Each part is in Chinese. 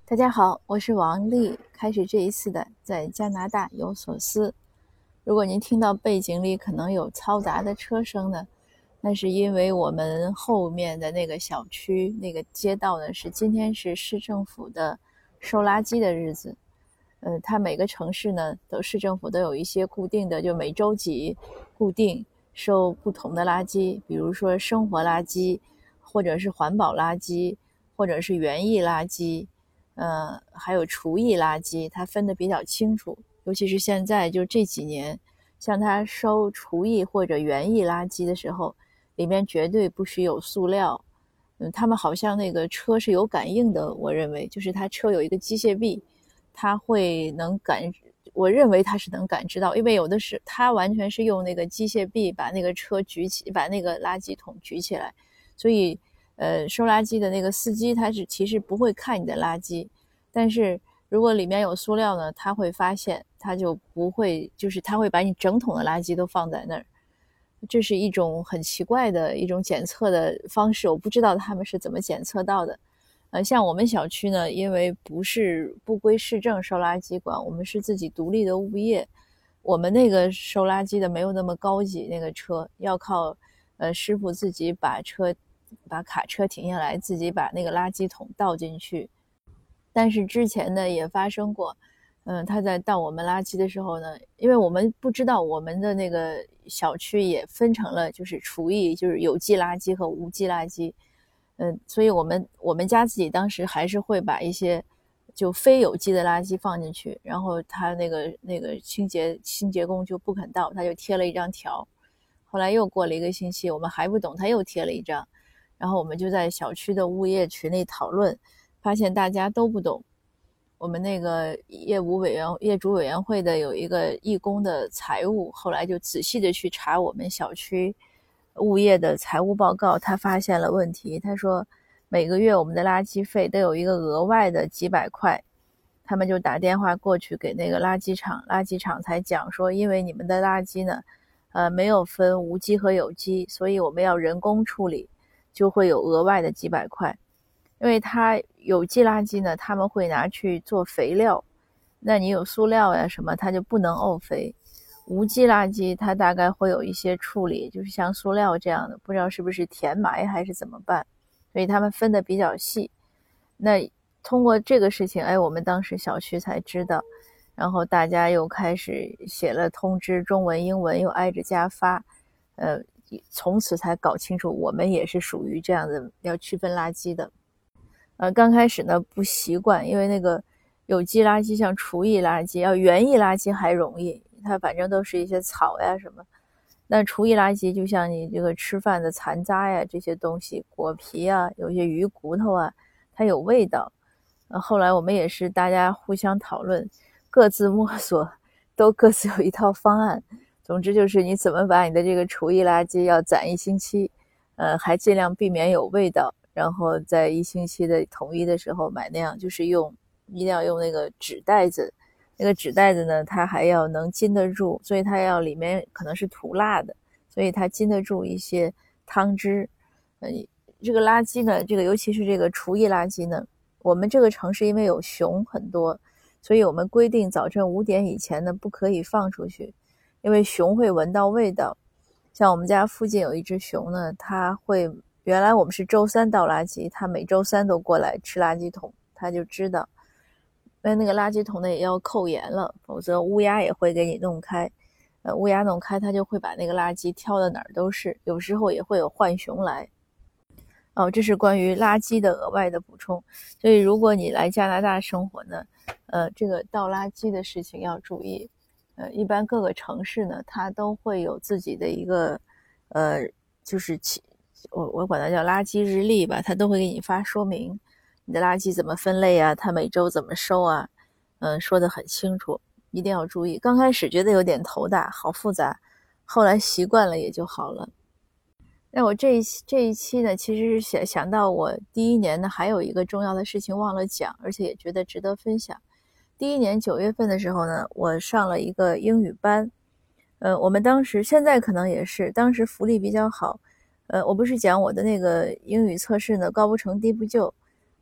大家好，我是王丽，开始这一次的在加拿大有所思。如果您听到背景里可能有嘈杂的车声呢，那是因为我们后面的那个小区那个街道呢，今天是市政府的收垃圾的日子。它每个城市呢，市政府都有一些固定的，就每周几固定收不同的垃圾，比如说生活垃圾，或者是环保垃圾，或者是园艺垃圾。还有厨艺垃圾，它分得比较清楚。尤其是现在就这几年，像它收厨艺或者园艺垃圾的时候，里面绝对不许有塑料。他们好像那个车是有感应的，我认为就是它车有一个机械臂，它会能我认为它是能感知到，因为有的是它完全是用那个机械臂把那个车举起，把那个垃圾桶举起来，所以收垃圾的那个司机他是其实不会看你的垃圾，但是如果里面有塑料呢，他会发现，他就不会，就是他会把你整桶的垃圾都放在那儿。这是一种很奇怪的一种检测的方式，我不知道他们是怎么检测到的。像我们小区呢，因为不归市政收垃圾管，我们是自己独立的物业，我们那个收垃圾的没有那么高级，那个车要靠师傅自己把卡车停下来，自己把那个垃圾桶倒进去。但是之前呢也发生过，他在倒我们垃圾的时候呢，因为我们不知道我们的那个小区也分成了就是厨艺，就是有机垃圾和无机垃圾。所以我们家自己当时还是会把一些就非有机的垃圾放进去，然后他那个清洁工就不肯倒，他就贴了一张条。后来又过了1个星期，我们还不懂，他又贴了一张，然后我们就在小区的物业群里讨论，发现大家都不懂。我们那个业主委员会的有一个义工的财务，后来就仔细的去查我们小区物业的财务报告，他发现了问题。他说每个月我们的垃圾费都有一个额外的几百块，他们就打电话过去给那个垃圾场，垃圾场才讲说，因为你们的垃圾呢没有分无机和有机，所以我们要人工处理，就会有额外的几百块。因为它有机垃圾呢，他们会拿去做肥料，那你有塑料呀什么，它就不能沤肥。无机垃圾它大概会有一些处理，就是像塑料这样的，不知道是不是填埋还是怎么办，所以他们分得比较细。那通过这个事情，我们当时小区才知道，然后大家又开始写了通知，中文英文又挨着家发，从此才搞清楚我们也是属于这样的要区分垃圾的。刚开始呢不习惯，因为那个有机垃圾像厨艺垃圾，园艺垃圾还容易，它反正都是一些草呀什么。那厨艺垃圾就像你这个吃饭的残渣呀，这些东西，果皮啊，有些鱼骨头啊，它有味道。后来我们也是大家互相讨论，各自摸索，都各自有一套方案。总之就是你怎么把你的这个厨艺垃圾要攒1星期，还尽量避免有味道。然后在1星期的统一的时候买那样，就是一定要用那个纸袋子，那个纸袋子呢，它还要能禁得住，所以它要里面可能是涂蜡的，所以它禁得住一些汤汁。这个垃圾呢，尤其是这个厨艺垃圾呢，我们这个城市因为有熊很多，所以我们规定早晨5点以前呢不可以放出去，因为熊会闻到味道。像我们家附近有一只熊呢，原来我们是周3倒垃圾，它每周3都过来吃垃圾桶，它就知道。那个垃圾桶呢也要扣严了，否则乌鸦也会给你弄开。乌鸦弄开，它就会把那个垃圾挑到哪儿都是，有时候也会有浣熊来。这是关于垃圾的额外的补充。所以如果你来加拿大生活呢，这个倒垃圾的事情要注意。一般各个城市呢，它都会有自己的一个就是我管它叫垃圾日历吧，它都会给你发说明，你的垃圾怎么分类啊，它每周怎么收啊，说得很清楚，一定要注意。刚开始觉得有点头大，好复杂，后来习惯了也就好了。那我这一期呢，其实是想到我第1年呢，还有一个重要的事情忘了讲，而且也觉得值得分享。第1年9月份的时候呢，我上了一个英语班。我们当时现在可能也是，当时福利比较好。我不是讲我的那个英语测试呢高不成低不就，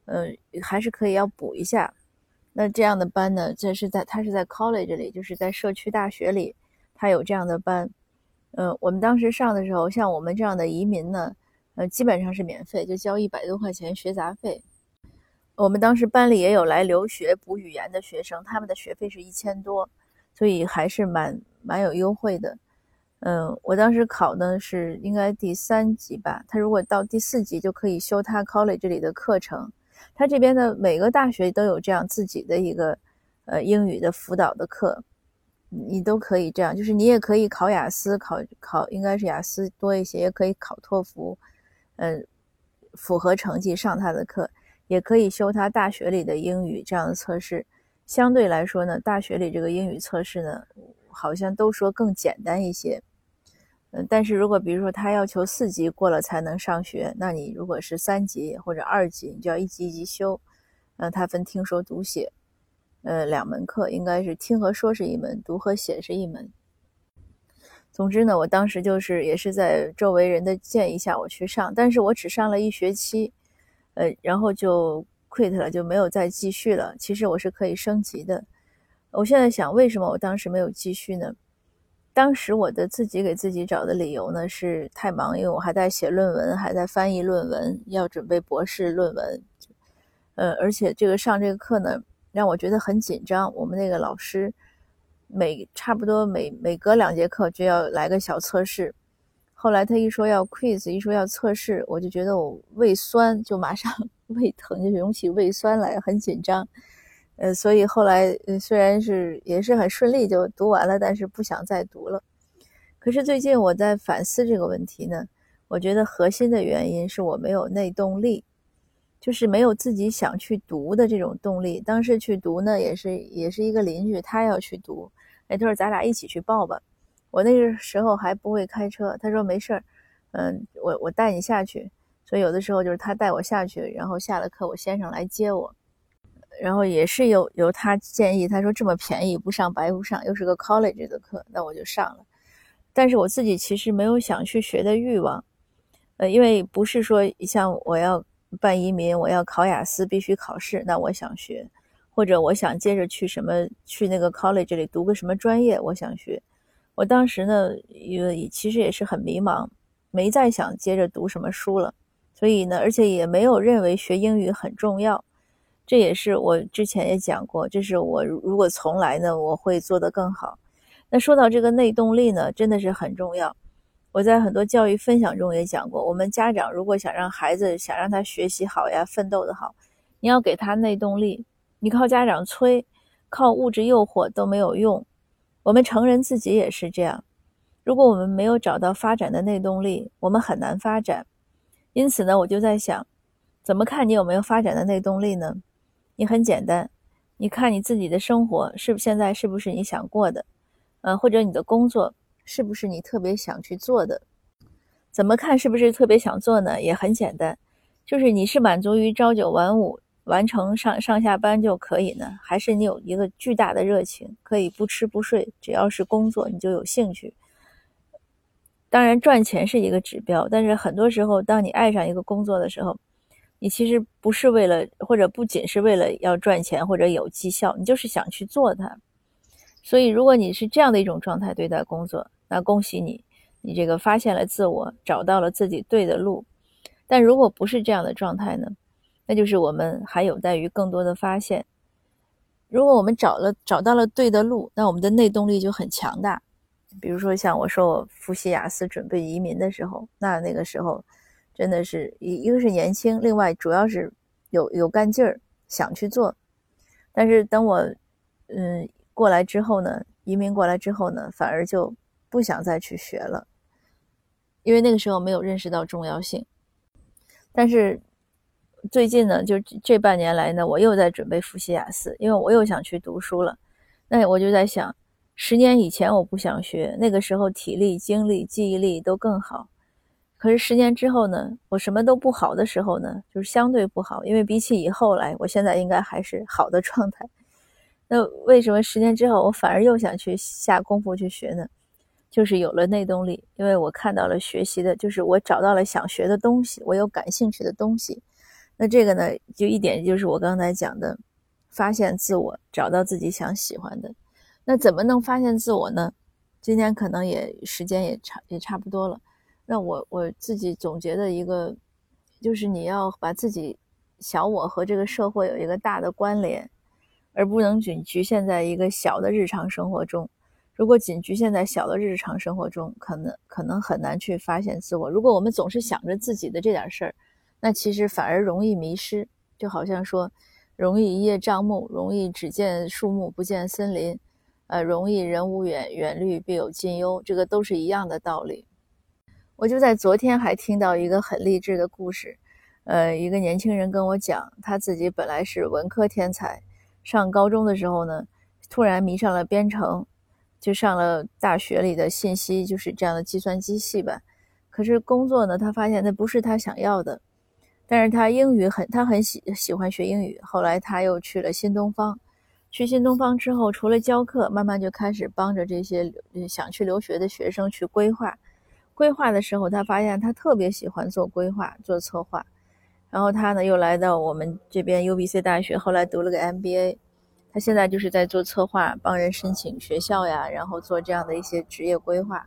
还是可以要补一下。那这样的班呢，它是在 college 里，就是在社区大学里，它有这样的班。我们当时上的时候，像我们这样的移民呢，基本上是免费，就交100多块钱学杂费。我们当时班里也有来留学补语言的学生，他们的学费是1000多，所以还是蛮有优惠的。我当时考呢是应该第3级吧，他如果到第4级就可以修他 college 这里的课程。他这边的每个大学都有这样自己的一个英语的辅导的课，你都可以这样，就是你也可以考雅思，考应该是雅思多一些，也可以考托福，符合成绩上他的课，也可以修他大学里的英语这样的测试。相对来说呢，大学里这个英语测试呢，好像都说更简单一些。但是如果比如说他要求4级过了才能上学，那你如果是3级或者2级，你就要一级一级修。他分听说读写，2门课，应该是听和说是一门，读和写是一门。总之呢，我当时也是在周围人的建议下我去上，但是我只上了1学期，然后就 quit 了，就没有再继续了。其实我是可以升级的。我现在想，为什么我当时没有继续呢？当时我的自己给自己找的理由呢是太忙，因为我还在写论文，还在翻译论文，要准备博士论文。而且上这个课呢，让我觉得很紧张。我们那个老师差不多每隔2节课就要来个小测试。后来他一说要 quiz， 一说要测试，我就觉得我胃酸，就马上胃疼，就涌起胃酸来，很紧张。所以后来虽然也是很顺利就读完了，但是不想再读了。可是最近我在反思这个问题呢，我觉得核心的原因是我没有内动力，就是没有自己想去读的这种动力。当时去读呢，也是一个邻居，他要去读，他说咱俩一起去报吧。我那个时候还不会开车，他说没事儿，我带你下去。所以有的时候就是他带我下去，然后下了课我先生来接我。然后也是由他建议，他说这么便宜不上白不上，又是个 college 的课，那我就上了。但是我自己其实没有想去学的欲望，因为不是说像我要办移民，我要考雅思必须考试，那我想学，或者我想接着去那个 college 里读个什么专业，我想学。我当时呢，其实也是很迷茫，没再想接着读什么书了，所以呢，而且也没有认为学英语很重要。这也是我之前也讲过，这是我如果重来呢，我会做得更好。那说到这个内动力呢，真的是很重要。我在很多教育分享中也讲过，我们家长如果想让孩子让他学习好呀，奋斗的好，你要给他内动力。你靠家长催，靠物质诱惑都没有用。我们成人自己也是这样，如果我们没有找到发展的内动力，我们很难发展。因此呢，我就在想，怎么看你有没有发展的内动力呢？你很简单，你看你自己的生活现在是不是你想过的，或者你的工作是不是你特别想去做的？怎么看是不是特别想做呢？也很简单，就是你是满足于朝9晚5完成上下班就可以呢，还是你有一个巨大的热情，可以不吃不睡，只要是工作你就有兴趣。当然赚钱是一个指标，但是很多时候当你爱上一个工作的时候，你其实不是为了，或者不仅是为了要赚钱或者有绩效，你就是想去做它。所以如果你是这样的一种状态对待工作，那恭喜你，你这个发现了自我，找到了自己对的路。但如果不是这样的状态呢，那就是我们还有待于更多的发现。如果我们找到了对的路，那我们的内动力就很强大。比如说像我说我复习雅思准备移民的时候，那个时候真的是一个是年轻，另外主要是有干劲儿，想去做。但是等我过来之后呢，移民过来之后呢，反而就不想再去学了，因为那个时候没有认识到重要性。但是最近呢，就这半年来呢，我又在准备复习雅思，因为我又想去读书了。那我就在想，10年以前我不想学，那个时候体力、精力、记忆力都更好。可是10年之后呢，我什么都不好的时候呢，就是相对不好，因为比起以后来，我现在应该还是好的状态。那为什么10年之后我反而又想去下功夫去学呢？就是有了内动力，因为我看到了学习的，就是我找到了想学的东西，我有感兴趣的东西。 那这个呢，就一点就是我刚才讲的，发现自我，找到自己想喜欢的。那怎么能发现自我呢？今天可能时间也差不多了。那我自己总结的一个，就是你要把自己小我和这个社会有一个大的关联，而不能仅局限在一个小的日常生活中。如果仅局限在小的日常生活中，可能很难去发现自我。如果我们总是想着自己的这点事儿，那其实反而容易迷失。就好像说，容易一叶障目，容易只见树木不见森林，容易人无远，远虑必有近忧，这个都是一样的道理。我就在昨天还听到一个很励志的故事，一个年轻人跟我讲，他自己本来是文科天才，上高中的时候呢，突然迷上了编程，就上了大学里的信息，就是这样的计算机系吧。可是工作呢，他发现那不是他想要的，但是他很喜欢学英语，后来他又去了新东方。去新东方之后，除了教课，慢慢就开始帮着这些想去留学的学生去规划。规划的时候，他发现他特别喜欢做规划、做策划。然后他呢，又来到我们这边 UBC 大学，后来读了个 MBA。他现在就是在做策划，帮人申请学校呀，然后做这样的一些职业规划。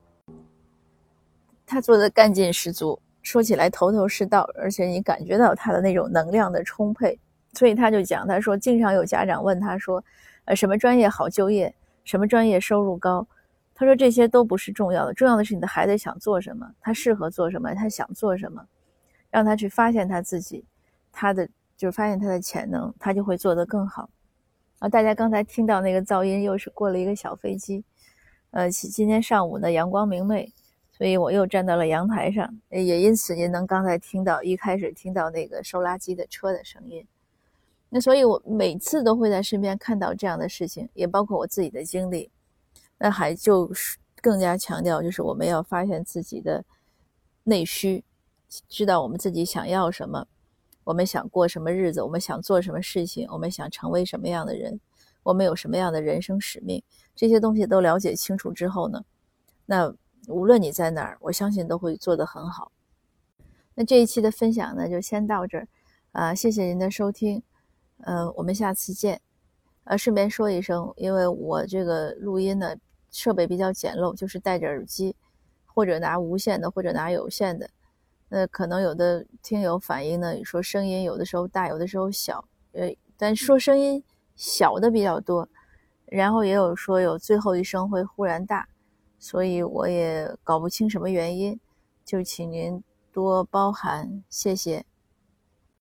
他做的干劲十足，说起来头头是道，而且你感觉到他的那种能量的充沛。所以他就讲，他说经常有家长问他说，什么专业好就业，什么专业收入高。他说这些都不是重要的，重要的是你的孩子想做什么，他适合做什么，他想做什么，让他去发现他自己，就是发现他的潜能，他就会做得更好。大家刚才听到那个噪音，又是过了一个小飞机。今天上午呢，阳光明媚，所以我又站到了阳台上，也因此您能刚才一开始听到那个收垃圾的车的声音。那所以我每次都会在身边看到这样的事情，也包括我自己的经历。那还就是更加强调，就是我们要发现自己的内需，知道我们自己想要什么，我们想过什么日子，我们想做什么事情，我们想成为什么样的人，我们有什么样的人生使命，这些东西都了解清楚之后呢，那无论你在哪儿，我相信都会做得很好。那这一期的分享呢，就先到这儿，谢谢您的收听，我们下次见。顺便说一声，因为我这个录音呢设备比较简陋，就是戴着耳机，或者拿无线的，或者拿有线的。可能有的听友反映呢，说声音有的时候大，有的时候小，但说声音小的比较多，然后也有说有最后一声会忽然大，所以我也搞不清什么原因，就请您多包涵，谢谢。